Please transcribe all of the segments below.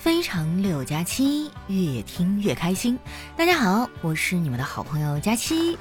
非常6+7，越听越开心。大家好，我是你们的好朋友佳期。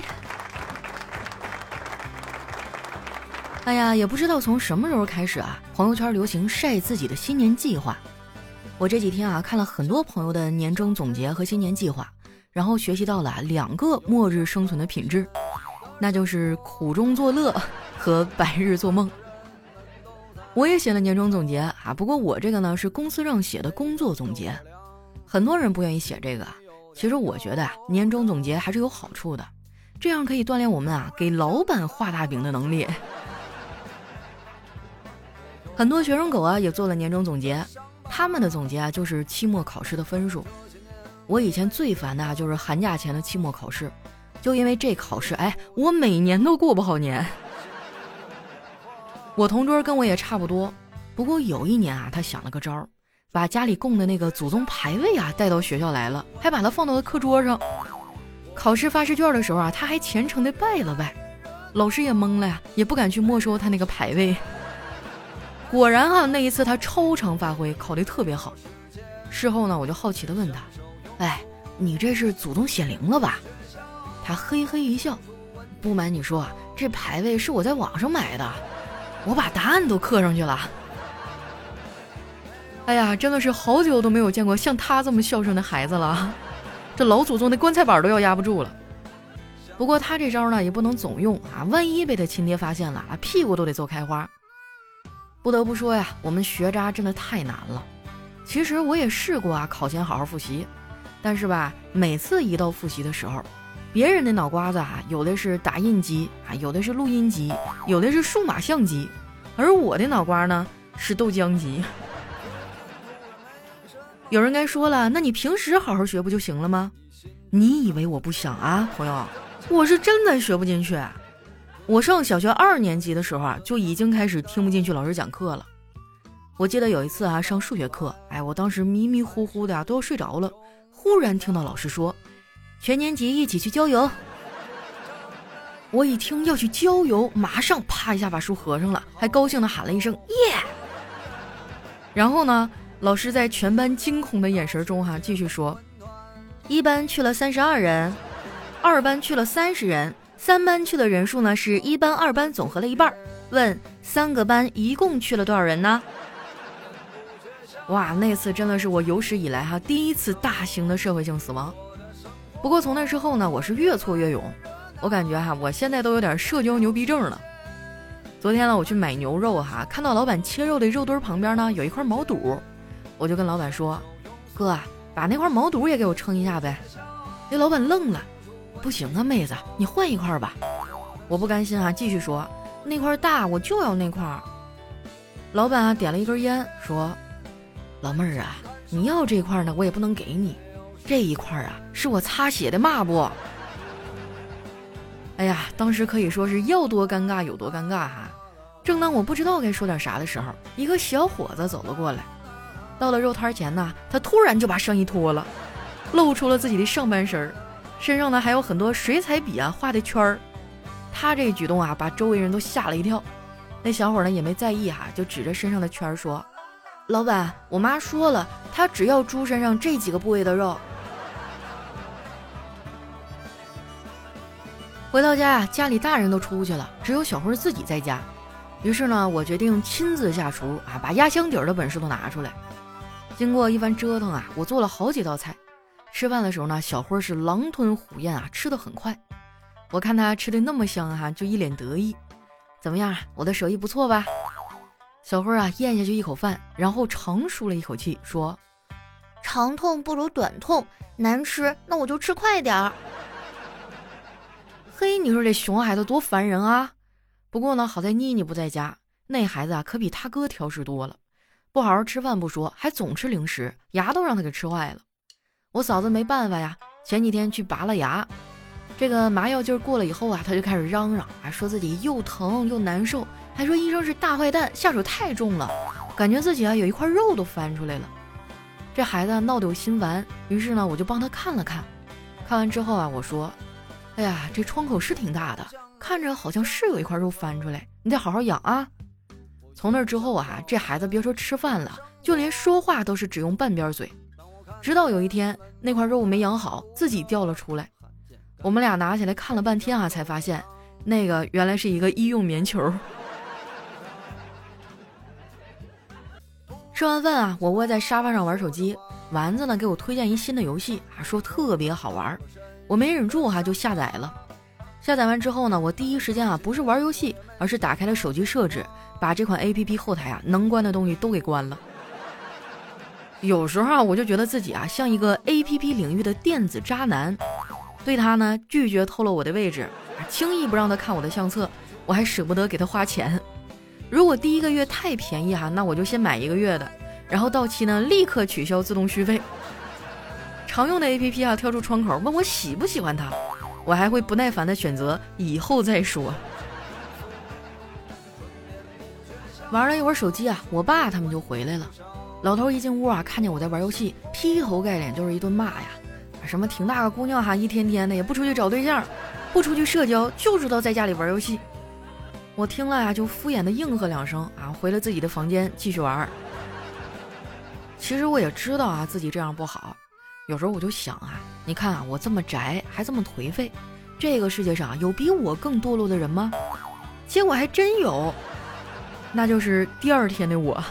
哎呀，也不知道从什么时候开始啊，朋友圈流行晒自己的新年计划。我这几天啊看了很多朋友的年终总结和新年计划，然后学习到了2个末日生存的品质，那就是苦中作乐和百日做梦。我也写了年终总结啊，不过我这个呢是公司让写的工作总结。很多人不愿意写这个，其实我觉得年终总结还是有好处的，这样可以锻炼我们给老板画大饼的能力。很多学生狗也做了年终总结，他们的总结就是期末考试的分数。我以前最烦的就是寒假前的期末考试，就因为这考试我每年都过不好年。我同桌跟我也差不多，不过有一年他想了个招，把家里供的那个祖宗牌位带到学校来了，还把它放到了课桌上。考试发试卷的时候他还虔诚地拜了拜，老师也懵了也不敢去没收他那个牌位。果然那一次他超常发挥，考得特别好。事后呢，我就好奇地问他，你这是祖宗显灵了吧？他嘿嘿一笑，不瞒你说这牌位是我在网上买的，我把答案都刻上去了。哎呀，真的是好久都没有见过像他这么孝顺的孩子了，这老祖宗的棺材板都要压不住了。不过他这招呢也不能总用万一被他亲爹发现了屁股都得揍开花。不得不说我们学渣真的太难了。其实我也试过考前好好复习，但是每次一到复习的时候，别人的脑瓜子有的是打印机有的是录音机，有的是数码相机，而我的脑瓜呢是豆浆机。有人该说了，那你平时好好学不就行了吗？你以为我不想朋友，我是真的学不进去。我上小学2年级的时候就已经开始听不进去老师讲课了。我记得有一次上数学课，我当时迷迷糊糊的都要睡着了，忽然听到老师说全年级一起去郊游。我一听要去郊游，马上啪一下把书合上了，还高兴地喊了一声耶。然后呢，老师在全班惊恐的眼神中继续说，1班去了32人，2班去了30人，3班去的人数呢是1班2班总和了一半，问3个班一共去了多少人呢？哇，那次真的是我有史以来第一次大型的社会性死亡。不过从那之后呢，我是越挫越勇，我感觉我现在都有点社交牛逼症了。昨天呢，我去买牛肉看到老板切肉的肉墩旁边呢有一块毛肚，我就跟老板说，哥把那块毛肚也给我称一下呗。那老板愣了，不行妹子，你换一块吧。我不甘心继续说，那块大，我就要那块。老板点了一根烟说，老妹儿你要这块呢我也不能给你，这一块是我擦血的抹布。哎呀，当时可以说是要多尴尬有多尴尬正当我不知道该说点啥的时候，一个小伙子走了过来，到了肉摊前呢，他突然就把上衣脱了，露出了自己的上半身，身上呢还有很多水彩笔画的圈儿。他这举动把周围人都吓了一跳。那小伙呢也没在意就指着身上的圈说，老板，我妈说了，她只要猪身上这几个部位的肉。回到家家里大人都出去了，只有小辉自己在家。于是呢，我决定亲自下厨把压箱底儿的本事都拿出来。经过一番折腾我做了好几道菜。吃饭的时候呢，小辉是狼吞虎咽吃得很快。我看他吃得那么香就一脸得意。怎么样，我的手艺不错吧？小辉咽下去一口饭，然后长舒了一口气说，长痛不如短痛，难吃那我就吃快点儿。嘿，你说这熊孩子多烦人不过呢，好在妮妮不在家，那孩子可比他哥挑食多了，不好好吃饭不说，还总吃零食，牙都让他给吃坏了。我嫂子没办法前几天去拔了牙，这个麻药劲儿过了以后他就开始嚷嚷说自己又疼又难受，还说医生是大坏蛋，下手太重了，感觉自己有一块肉都翻出来了。这孩子闹得我心烦，于是呢我就帮他看了看。看完之后我说，哎呀，这窗口是挺大的，看着好像是有一块肉翻出来，你得好好养从那之后啊，这孩子别说吃饭了，就连说话都是只用半边嘴。直到有一天，那块肉没养好，自己掉了出来。我们俩拿起来看了半天啊，才发现那个原来是一个医用棉球。吃完饭啊，我窝在沙发上玩手机，丸子呢给我推荐一新的游戏啊，说特别好玩，我没忍住就下载了。下载完之后呢，我第一时间不是玩游戏，而是打开了手机设置，把这款 APP 后台能关的东西都给关了。有时候我就觉得自己像一个 APP 领域的电子渣男，对他呢拒绝透露我的位置，轻易不让他看我的相册，我还舍不得给他花钱。如果第一个月太便宜那我就先买1个月的，然后到期呢立刻取消自动续费。常用的 APP 跳出窗口问我喜不喜欢它，我还会不耐烦的选择以后再说。玩了一会儿手机我爸他们就回来了。老头一进屋看见我在玩游戏，劈头盖脸就是一顿骂呀，什么挺大个姑娘一天天的也不出去找对象，不出去社交，就知道在家里玩游戏。我听了就敷衍的应和2声回了自己的房间继续玩。其实我也知道自己这样不好，有时候我就想你看我这么宅还这么颓废，这个世界上有比我更堕落的人吗？结果还真有，那就是第2天的我。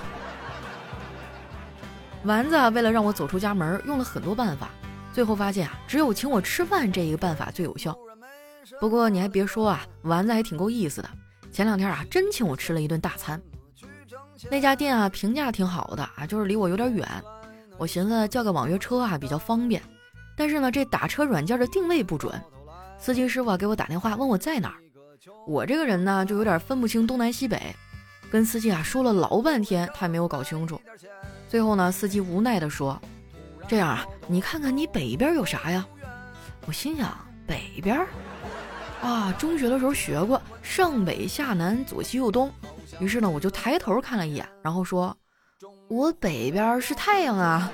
丸子为了让我走出家门用了很多办法，最后发现只有请我吃饭这一个办法最有效。不过你还别说丸子还挺够意思的，前2天真请我吃了一顿大餐。那家店评价挺好的就是离我有点远，我寻思叫个网约车比较方便，但是呢这打车软件的定位不准，司机师傅给我打电话问我在哪儿，我这个人呢就有点分不清东南西北，跟司机说了老半天他也没有搞清楚。最后呢司机无奈地说，这样你看看你北边有啥呀？我心想北边中学的时候学过上北下南左西右东，于是呢我就抬头看了一眼，然后说我北边是太阳啊。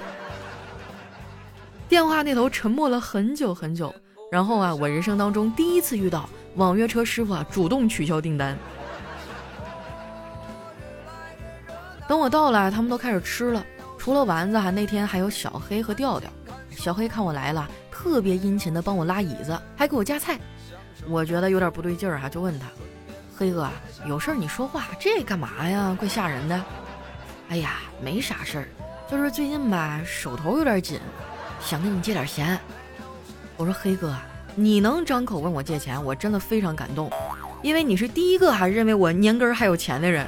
电话那头沉默了很久很久，然后我人生当中第一次遇到网约车师傅主动取消订单。等我到了他们都开始吃了，除了丸子那天还有小黑和调调。小黑看我来了，特别殷勤的帮我拉椅子，还给我夹菜。我觉得有点不对劲儿就问他，黑哥有事儿你说话，这干嘛呀？怪吓人的。哎呀没啥事儿，就是最近手头有点紧，想跟你借点钱。我说黑哥你能张口问我借钱，我真的非常感动，因为你是第一个认为我年根还有钱的人。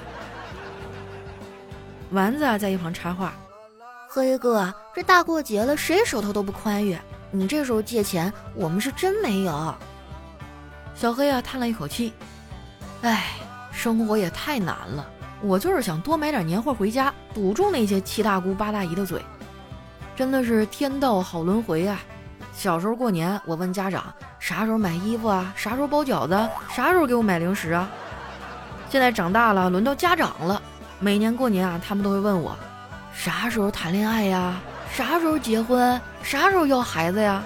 丸子在一旁插话， 黑哥这大过节了谁手头都不宽裕，你这时候借钱我们是真没有。 小黑叹了一口气，生活也太难了，我就是想多买点年货回家，堵住那些7大姑8大姨的嘴。真的是天道好轮回小时候过年我问家长啥时候买衣服啥时候包饺子，啥时候给我买零食现在长大了轮到家长了，每年过年他们都会问我啥时候谈恋爱呀，啥时候结婚，啥时候要孩子呀。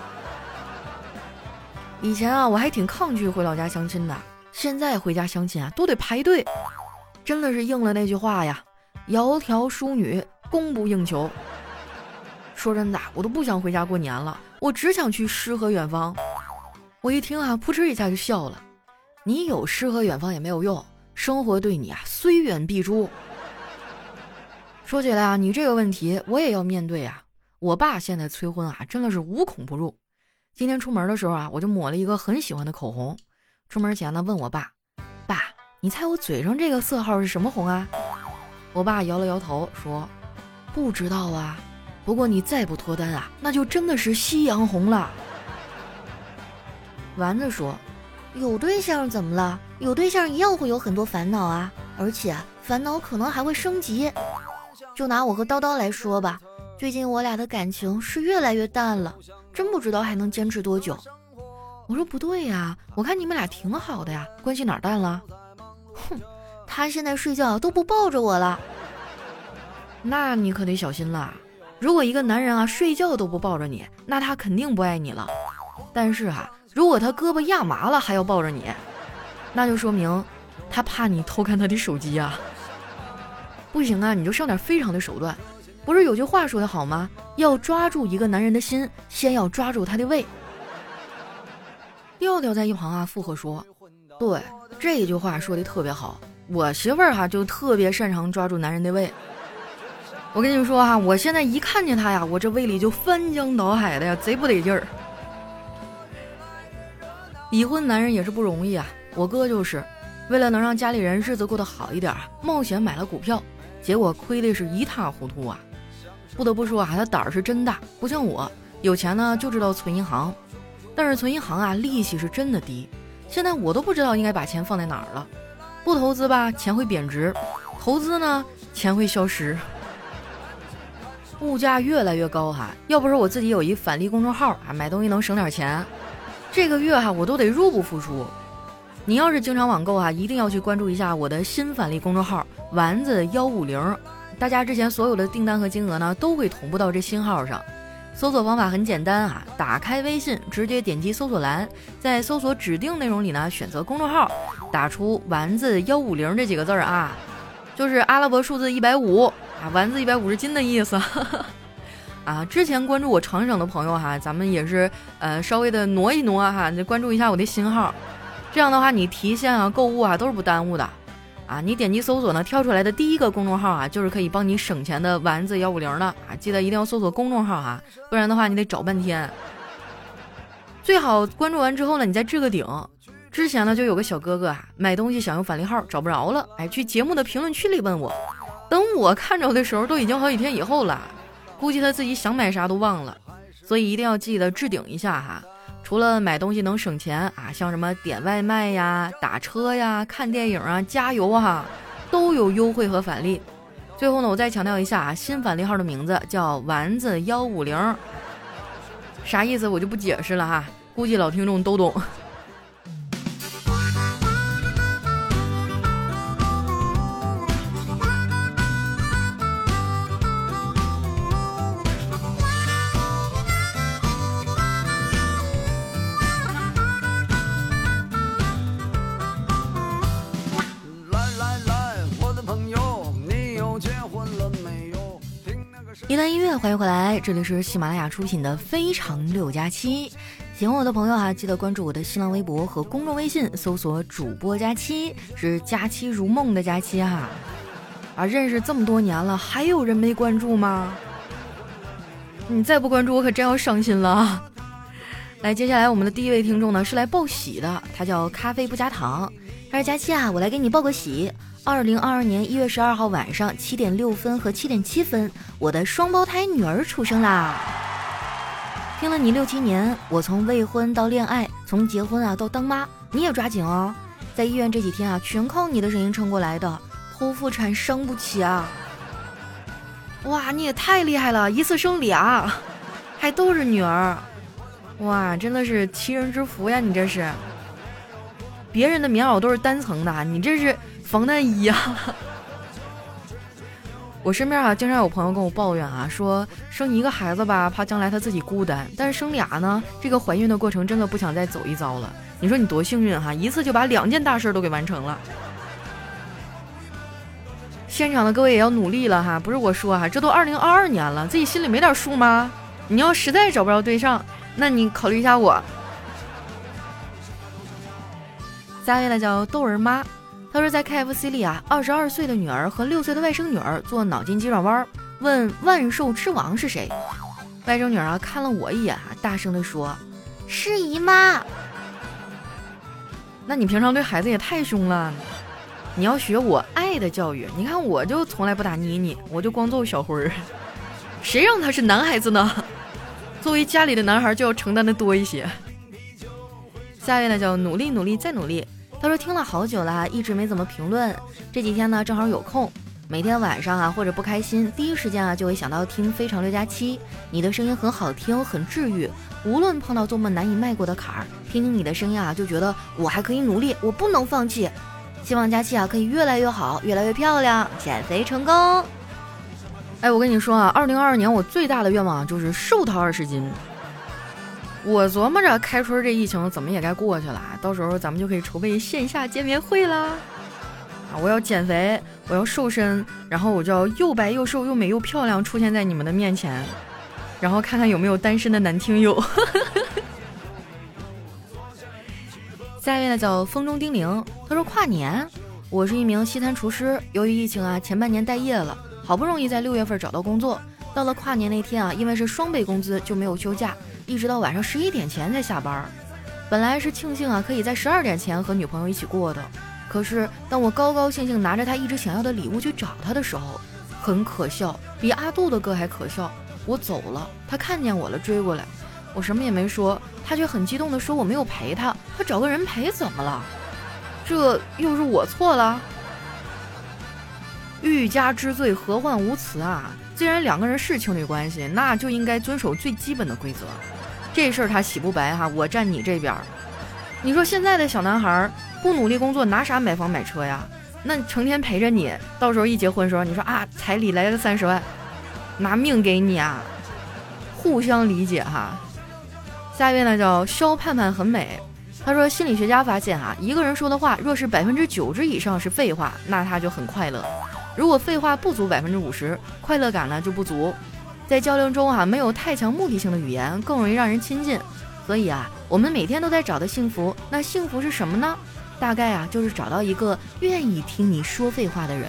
以前我还挺抗拒回老家相亲的，现在回家相亲都得排队，真的是应了那句话窈窕淑女供不应求。说真的我都不想回家过年了，我只想去诗和远方。我一听扑哧一下就笑了，你有诗和远方也没有用，生活对你虽远必诛。说起来你这个问题我也要面对我爸现在催婚真的是无孔不入。今天出门的时候我就抹了一个很喜欢的口红，出门前呢问我爸你猜我嘴上这个色号是什么红我爸摇了摇头说不知道不过你再不脱单那就真的是夕阳红了。 丸子说有对象怎么了，有对象一样会有很多烦恼而且烦恼可能还会升级。就拿我和叨叨来说吧，最近我俩的感情是越来越淡了，真不知道还能坚持多久。 我说不对我看你们俩挺好的关系哪儿淡了？ 哼，他现在睡觉都不抱着我了。 那你可得小心了，如果一个男人睡觉都不抱着你，那他肯定不爱你了。但是如果他胳膊压麻了还要抱着你，那就说明他怕你偷看他的手机不行啊，你就上点非常的手段。不是有句话说的好吗？要抓住一个男人的心，先要抓住他的胃。调调在一旁啊附和说，对，这一句话说的特别好，我媳妇儿就特别擅长抓住男人的胃。我跟你们说我现在一看见他呀，我这胃里就翻江倒海的呀，贼不得劲儿。已婚男人也是不容易啊，我哥就是为了能让家里人日子过得好一点，冒险买了股票，结果亏的是一塌糊涂啊。不得不说他胆儿是真大，不像我，有钱呢就知道存银行，但是存银行利息是真的低，现在我都不知道应该把钱放在哪儿了。不投资吧，钱会贬值；投资呢，钱会消失。物价越来越高要不是我自己有一返利公众号买东西能省点钱，这个月我都得入不敷出。你要是经常网购一定要去关注一下我的新返利公众号丸子150，大家之前所有的订单和金额呢都会同步到这新号上。搜索方法很简单打开微信，直接点击搜索栏，在搜索指定内容里呢选择公众号，打出丸子150这几个字就是阿拉伯数字150丸子150斤的意思。之前关注我长省的朋友咱们也是稍微的挪一挪关注一下我的新号，这样的话你提现购物都是不耽误的你点击搜索呢，跳出来的第一个公众号就是可以帮你省钱的丸子150的记得一定要搜索公众号不然的话你得找半天。最好关注完之后呢，你再置个顶。之前呢就有个小哥哥买东西想用返利号找不着了，去节目的评论区里问我，等我看着的时候都已经好几天以后了，估计他自己想买啥都忘了，所以一定要记得置顶一下除了买东西能省钱像什么点外卖呀、打车呀、看电影加油都有优惠和返利。最后呢，我再强调一下新返利号的名字叫丸子150，啥意思我就不解释了估计老听众都懂。一段音乐，欢迎回来，这里是喜马拉雅出品的非常6+7。喜欢我的朋友记得关注我的新浪微博和公众微信，搜索主播佳期，是佳期如梦的佳期认识这么多年了，还有人没关注吗？你再不关注我可真要伤心了来，接下来我们的第一位听众呢是来报喜的，他叫咖啡不加糖，他说佳期我来给你报个喜，2022年1月12号晚上7点6分和7点7分，我的双胞胎女儿出生啦！听了你6、7年，我从未婚到恋爱，从结婚到当妈，你也抓紧哦！在医院这几天全靠你的声音撑过来的，剖腹产伤不起哇，你也太厉害了，一次生俩，还都是女儿，哇，真的是奇人之福呀！你这是，别人的棉袄都是单层的，你这是防弹衣我身边经常有朋友跟我抱怨说生一个孩子吧，怕将来他自己孤单，但是生俩呢，这个怀孕的过程真的不想再走一遭了。你说你多幸运一次就把2件大事都给完成了。现场的各位也要努力了不是我说这都2022年了，自己心里没点数吗？你要实在找不着对象，那你考虑一下我。下位呢叫豆儿妈，他说在 KFC 里22岁的女儿和6岁的外甥女儿做脑筋急转弯，问万兽之王是谁。外甥女儿看了我一眼大声地说是姨妈。那你平常对孩子也太凶了，你要学我爱的教育。你看我就从来不打妮妮，我就光揍小辉儿，谁让他是男孩子呢？作为家里的男孩就要承担的多一些。下位呢叫努力努力再努力，他说听了好久了一直没怎么评论，这几天呢正好有空，每天晚上或者不开心，第一时间就会想到听非常6+7，你的声音很好听，很治愈，无论碰到多么难以迈过的坎儿，听听你的声音就觉得我还可以努力，我不能放弃。希望佳期可以越来越好，越来越漂亮，减肥成功。我跟你说2022年我最大的愿望就是瘦到20斤。我琢磨着开春这疫情怎么也该过去了，到时候咱们就可以筹备线下见面会啦。 啊，我要减肥，我要瘦身，然后我就要又白又瘦又美又漂亮出现在你们的面前，然后看看有没有单身的男听友。下一位呢叫风中叮铃，他说跨年，我是一名西餐厨师，由于疫情啊，前半年待业了，好不容易在6月份找到工作，到了跨年那天啊，因为是双倍工资就没有休假，一直到晚上11点前才下班。本来是庆幸啊，可以在12点前和女朋友一起过的，可是当我高高兴兴拿着她一直想要的礼物去找她的时候，很可笑，比阿杜的歌还可笑。我走了，她看见我了，追过来，我什么也没说，她却很激动地说我没有陪她，她找个人陪怎么了？这又是我错了？欲加之罪，何患无辞啊！既然两个人是情侣关系，那就应该遵守最基本的规则。这事儿他洗不白哈，我站你这边。你说现在的小男孩不努力工作，拿啥买房买车呀？那成天陪着你，到时候一结婚的时候，你说啊，彩礼来个30万，拿命给你啊！互相理解哈。下一位呢叫肖盼盼很美，他说心理学家发现一个人说的话若是90%以上是废话，那他就很快乐。如果废话不足50%，快乐感呢就不足。在交流中没有太强目的性的语言更容易让人亲近。所以我们每天都在找的幸福，那幸福是什么呢？大概就是找到一个愿意听你说废话的人。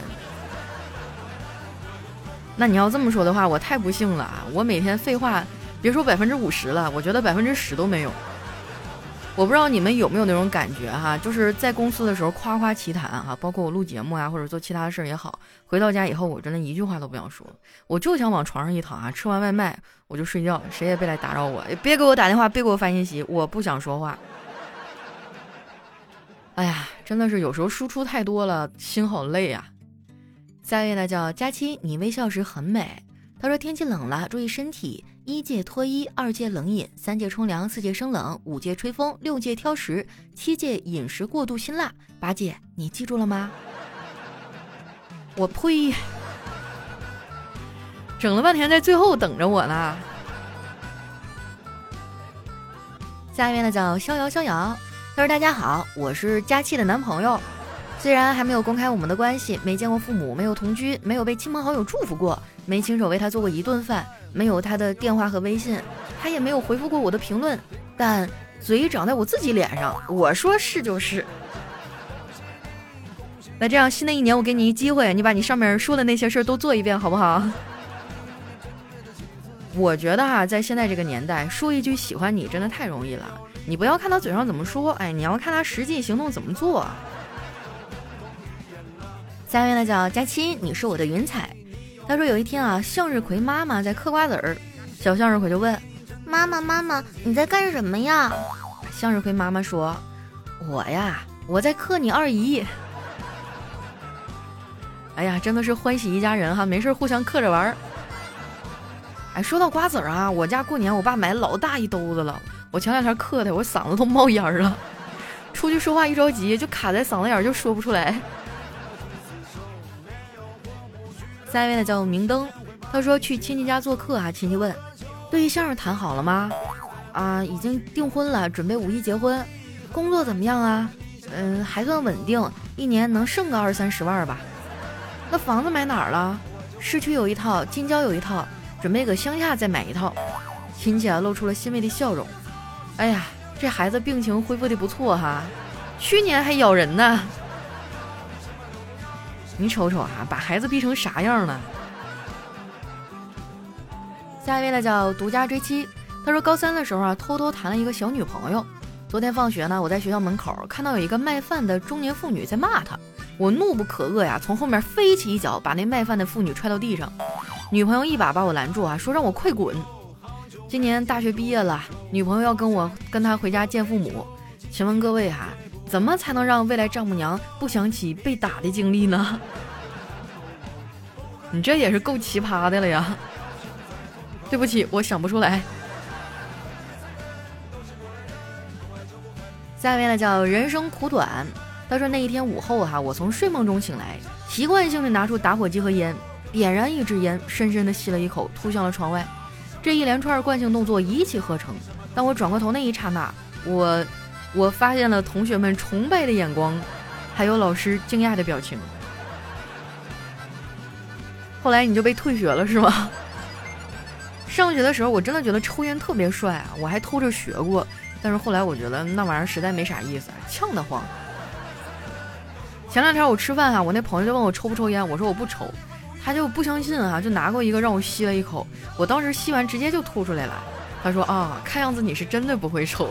那你要这么说的话，我太不幸了啊！我每天废话别说50%了，我觉得10%都没有。我不知道你们有没有那种感觉就是在公司的时候夸夸其谈包括我录节目或者做其他的事也好，回到家以后我真的一句话都不想说，我就想往床上一躺吃完外卖我就睡觉，谁也别来打扰我，别给我打电话，别给我发信息，我不想说话。哎呀，真的是有时候输出太多了，心好累啊。下一位呢叫佳期，你微笑时很美。他说天气冷了，注意身体，1戒脱衣，2戒冷饮，3戒冲凉，4戒生冷，5戒吹风，6戒挑食，7戒饮食过度辛辣，8戒你记住了吗？我呸，整了半天在最后等着我呢。下一位呢叫逍遥，他说大家好，我是佳期的男朋友，虽然还没有公开我们的关系，没见过父母，没有同居，没有被亲朋好友祝福过，没亲手为他做过一顿饭，没有他的电话和微信，他也没有回复过我的评论，但嘴长在我自己脸上，我说是就是。那这样新的一年我给你一机会，你把你上面说的那些事都做一遍好不好？我觉得在现在这个年代说一句喜欢你真的太容易了，你不要看他嘴上怎么说，你要看他实际行动怎么做。下面呢叫佳期，你是我的云彩。他说有一天向日葵妈妈在嗑瓜子儿，小向日葵就问妈妈你在干什么呀？向日葵妈妈说我在嗑你二姨。哎呀，真的是欢喜一家人没事互相嗑着玩。说到瓜子儿我家过年我爸买老大一兜子了，我前2天嗑的我嗓子都冒烟了，出去说话一着急就卡在嗓子眼就说不出来。下一位呢叫明灯，他说去亲戚家做客亲戚问对象谈好了吗？已经订婚了，准备5一结婚。工作怎么样还算稳定，一年能剩个20-30万吧。那房子买哪儿了？市区有一套，近郊有一套，准备搁乡下再买一套。亲戚露出了欣慰的笑容。哎呀，这孩子病情恢复的不错去年还咬人呢。你瞅瞅把孩子逼成啥样了。下一位呢叫独家追妻，他说高3的时候偷偷谈了一个小女朋友。昨天放学呢，我在学校门口看到有一个卖饭的中年妇女在骂他，我怒不可遏从后面飞起一脚把那卖饭的妇女踹到地上。女朋友一把把我拦住说让我快滚。今年大学毕业了，女朋友要跟他回家见父母，请问各位怎么才能让未来丈母娘不想起被打的经历呢？你这也是够奇葩的了呀。对不起，我想不出来。下一位呢叫人生苦短，他说那一天午后我从睡梦中醒来，习惯性的拿出打火机和烟，点燃一支烟，深深的吸了一口，吐向了窗外。这一连串惯性动作一气呵成，当我转过头那一刹那，我发现了同学们崇拜的眼光，还有老师惊讶的表情。 后来你就被退学了是吗？上学的时候我真的觉得抽烟特别帅啊，我还偷着学过，但是后来我觉得那玩意儿实在没啥意思，呛得慌。前两天我吃饭我那朋友就问我抽不抽烟，我说我不抽，他就不相信就拿过一个让我吸了一口，我当时吸完直接就吐出来了。他说看样子你是真的不会抽。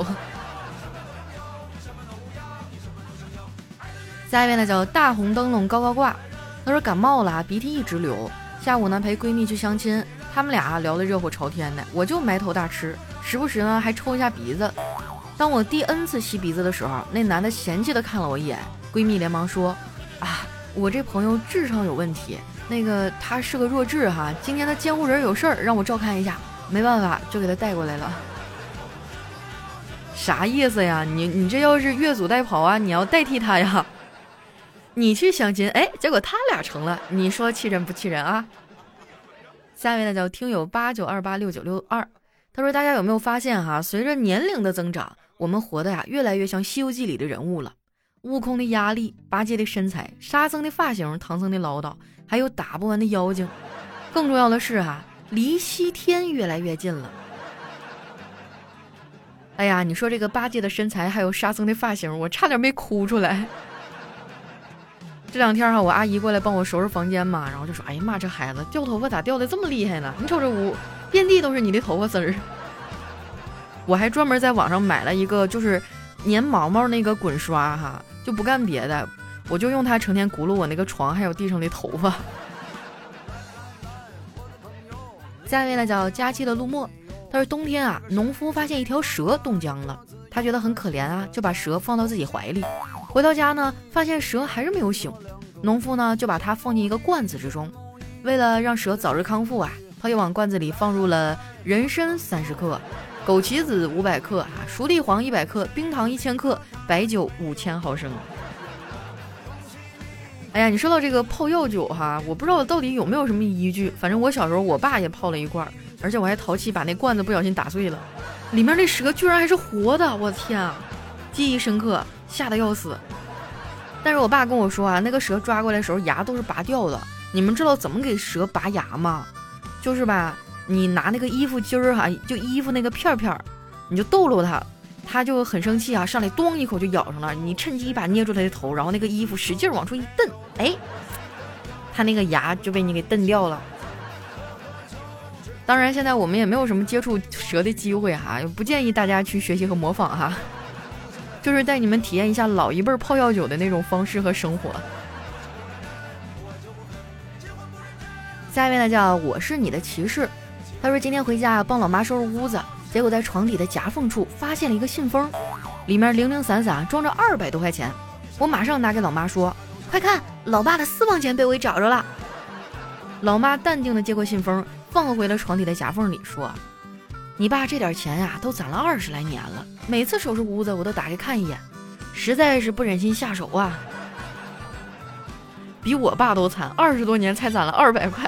下一位呢叫大红灯笼高高挂，他说感冒了，鼻涕一直流，下午呢陪闺蜜去相亲，他们俩聊得热火朝天的，我就埋头大吃，时不时呢还抽一下鼻子。当我第 N 次吸鼻子的时候，那男的嫌弃的看了我一眼，闺蜜连忙说我这朋友智商有问题，那个他是个弱智今天的监护人有事儿让我照看一下，没办法就给他带过来了。啥意思呀？你这要是越俎代庖你要代替他呀？你去相亲，结果他俩成了，你说气人不气人啊？下面呢叫听友89286962，他说大家有没有发现随着年龄的增长，我们活得越来越像《西游记》里的人物了。悟空的压力，八戒的身材，沙僧的发型，唐僧的唠叨，还有打不完的妖精。更重要的是离西天越来越近了。哎呀，你说这个八戒的身材还有沙僧的发型，我差点没哭出来。这两天我阿姨过来帮我收拾房间嘛，然后就说哎呀妈，这孩子掉头发咋掉的这么厉害呢？你瞅这屋遍地都是你的头发丝儿。我还专门在网上买了一个就是粘毛毛那个滚刷就不干别的，我就用它成天轱辘我那个床还有地上的头发。下一位呢叫佳期的陆墨，他说冬天农夫发现一条蛇冻僵了，他觉得很可怜就把蛇放到自己怀里。回到家呢，发现蛇还是没有醒，农夫呢就把它放进一个罐子之中。为了让蛇早日康复他又往罐子里放入了人参30克、枸杞子500克、熟地黄100克、冰糖1000克、白酒5000毫升。哎呀，你说到这个泡药酒我不知道到底有没有什么依据，反正我小时候我爸也泡了一罐，而且我还淘气把那罐子不小心打碎了，里面那蛇居然还是活的，我的天记忆深刻，吓得要死。但是我爸跟我说那个蛇抓过来的时候牙都是拔掉的。你们知道怎么给蛇拔牙吗？就是你拿那个衣服筋就衣服那个片片，你就逗搂它就很生气上来咚一口就咬上了，你趁机一把捏住它的头，然后那个衣服使劲往出一蹬，它那个牙就被你给蹬掉了。当然现在我们也没有什么接触蛇的机会不建议大家去学习和模仿就是带你们体验一下老一辈泡药酒的那种方式和生活。下一位呢叫我是你的骑士，他说今天回家帮老妈收拾屋子，结果在床底的夹缝处发现了一个信封，里面零零散散装着200多块钱。我马上拿给老妈说，快看，老爸的私房钱被我给找着了。老妈淡定地接过信封，放回了床底的夹缝里，说你爸这点钱都攒了20来年了，每次收拾屋子我都打开看一眼，实在是不忍心下手比我爸都惨，20多年才攒了200块。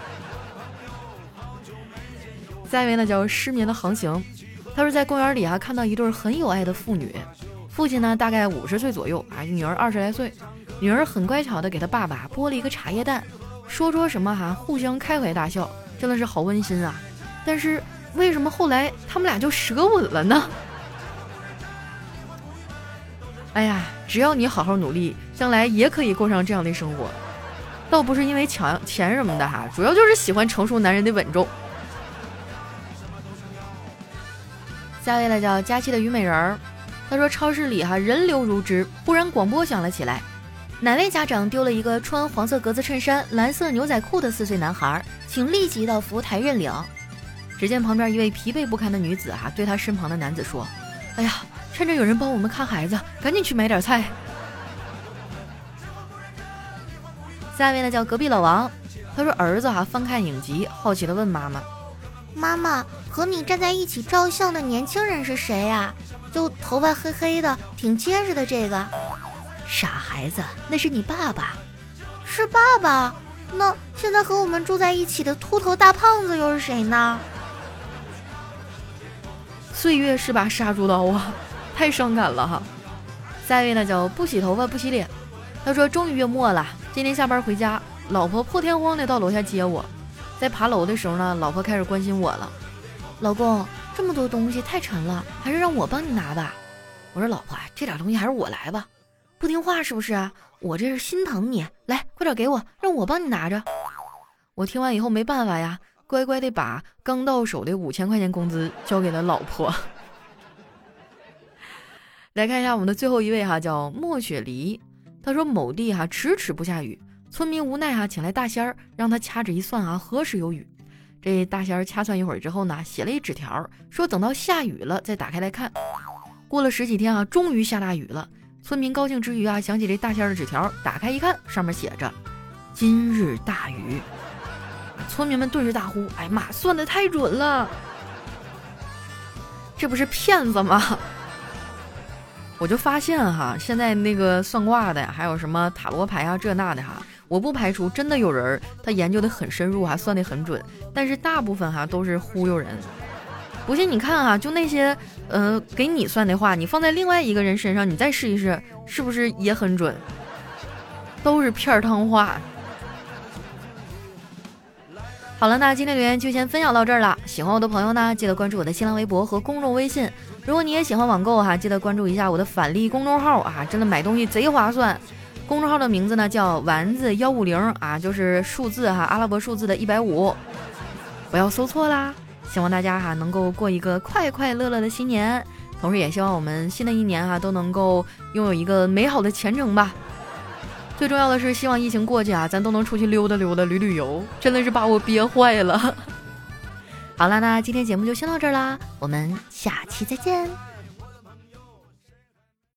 下一位呢叫失眠的航行，他是在公园里看到一对很有爱的父女，父亲呢大概50岁左右女儿20来岁，女儿很乖巧的给他爸爸剥了一个茶叶蛋，说什么互相开怀大笑，真的是好温馨但是为什么后来他们俩就舌吻了呢？哎呀，只要你好好努力，将来也可以过上这样的生活。倒不是因为抢钱什么的主要就是喜欢成熟男人的稳重。下位呢叫佳期的虞美人，他说超市里人流如织，忽然广播响了起来，哪位家长丢了一个穿黄色格子衬衫、蓝色牛仔裤的4岁男孩，请立即到服务台认领。只见旁边一位疲惫不堪的女子对他身旁的男子说，哎呀，趁着有人帮我们看孩子，赶紧去买点菜。下一位呢叫隔壁老王，他说儿子翻看影集，好奇的问妈妈， 妈妈，和你站在一起照相的年轻人是谁呀？就头发黑黑的挺结实的这个。 傻孩子，那是你爸爸。 是爸爸？那现在和我们住在一起的秃头大胖子又是谁呢？ 岁月是把杀猪刀太伤感了下一位呢叫不洗头发不洗脸，他说终于月末了，今天下班回家， 老婆破天荒的到楼下接我，在爬楼的时候呢，老婆开始关心我了。 老公，这么多东西太沉了，还是让我帮你拿吧。我说老婆，这点东西还是我来吧。不听话是不是啊？我这是心疼你，来，快点给我，让我帮你拿着。 我听完以后没办法呀，乖乖的把刚到手的5000块钱工资交给了老婆。来看一下我们的最后一位哈，叫莫雪梨。他说某地哈迟迟不下雨，村民无奈哈请来大仙儿，让他掐指一算啊何时有雨。这大仙儿掐算一会儿之后呢，写了一纸条，说等到下雨了再打开来看。过了10几天啊，终于下大雨了。村民高兴之余啊，想起这大仙儿的纸条，打开一看，上面写着今日大雨。村民们顿时大呼，哎妈，算得太准了，这不是骗子吗？我就发现哈，现在那个算卦的还有什么塔罗牌啊这那的哈，我不排除真的有人他研究的很深入，还算得很准，但是大部分哈都是忽悠人。不信你看哈，就那些给你算的话，你放在另外一个人身上，你再试一试，是不是也很准？都是片儿汤话。好了，那今天留言就先分享到这儿了。喜欢我的朋友呢，记得关注我的新浪微博和公众微信。如果你也喜欢网购哈，记得关注一下我的返利公众号啊，真的买东西贼划算。公众号的名字呢叫丸子150啊，就是数字哈，阿拉伯数字的150，不要搜错啦。希望大家哈能够过一个快快乐乐的新年，同时也希望我们新的一年哈都能够拥有一个美好的前程吧。最重要的是希望疫情过去啊，咱都能出去溜达溜达旅游，真的是把我憋坏了。好了，那今天节目就先到这儿啦，我们下期再见。